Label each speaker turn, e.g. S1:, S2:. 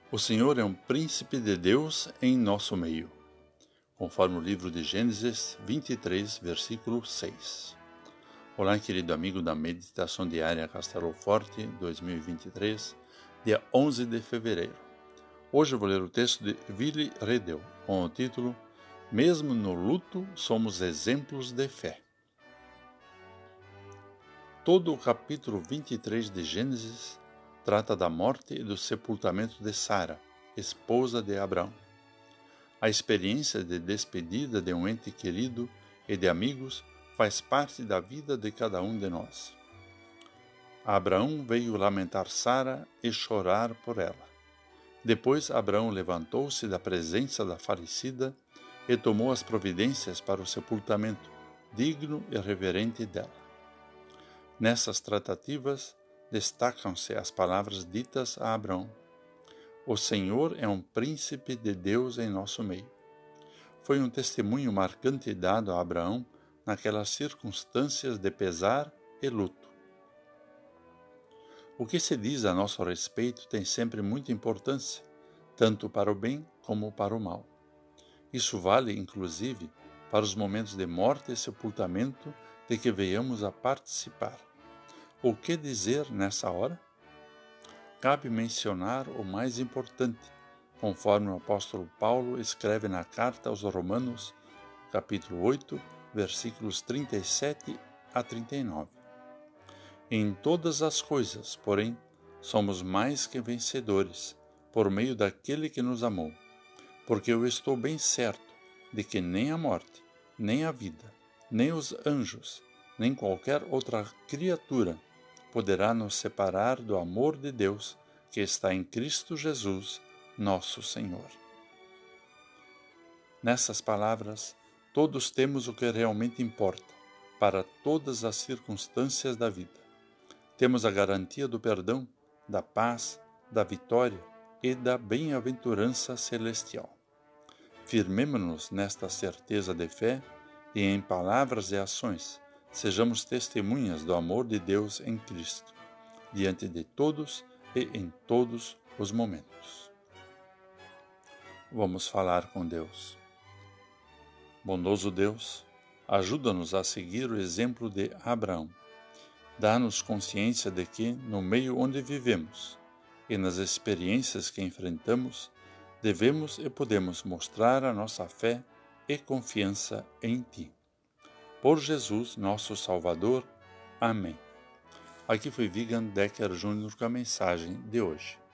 S1: O Senhor é um príncipe de Deus em nosso meio, conforme o livro de Gênesis 23, versículo 6. Olá, querido amigo da Meditação Diária Castelo Forte 2023, dia 11 de fevereiro. Hoje eu vou ler o texto de Willy Redel, com o título Mesmo no luto, somos exemplos de fé. Todo o capítulo 23 de Gênesis trata da morte e do sepultamento de Sara, esposa de Abraão. A experiência de despedida de um ente querido e de amigos faz parte da vida de cada um de nós. Abraão veio lamentar Sara e chorar por ela. Depois Abraão levantou-se da presença da falecida e tomou as providências para o sepultamento digno e reverente dela. Nessas tratativas, destacam-se as palavras ditas a Abraão: O Senhor é um príncipe de Deus em nosso meio. Foi um testemunho marcante dado a Abraão naquelas circunstâncias de pesar e luto. O que se diz a nosso respeito tem sempre muita importância, tanto para o bem como para o mal. Isso vale, inclusive, para os momentos de morte e sepultamento de que venhamos a participar. O que dizer nessa hora? Cabe mencionar o mais importante, conforme o apóstolo Paulo escreve na carta aos Romanos, capítulo 8, versículos 37 a 39. Em todas as coisas, porém, somos mais que vencedores, por meio daquele que nos amou, porque eu estou bem certo de que nem a morte, nem a vida, nem os anjos, nem qualquer outra criatura poderá nos separar do amor de Deus que está em Cristo Jesus, nosso Senhor. Nessas palavras, todos temos o que realmente importa para todas as circunstâncias da vida. Temos a garantia do perdão, da paz, da vitória e da bem-aventurança celestial. Firmemo-nos nesta certeza de fé e em palavras e ações sejamos testemunhas do amor de Deus em Cristo, diante de todos e em todos os momentos. Vamos falar com Deus. Bondoso Deus, ajuda-nos a seguir o exemplo de Abraão. Dá-nos consciência de que, no meio onde vivemos e nas experiências que enfrentamos, devemos e podemos mostrar a nossa fé e confiança em Ti. Por Jesus, nosso Salvador. Amém. Aqui foi Vigan Decker Jr. com a mensagem de hoje.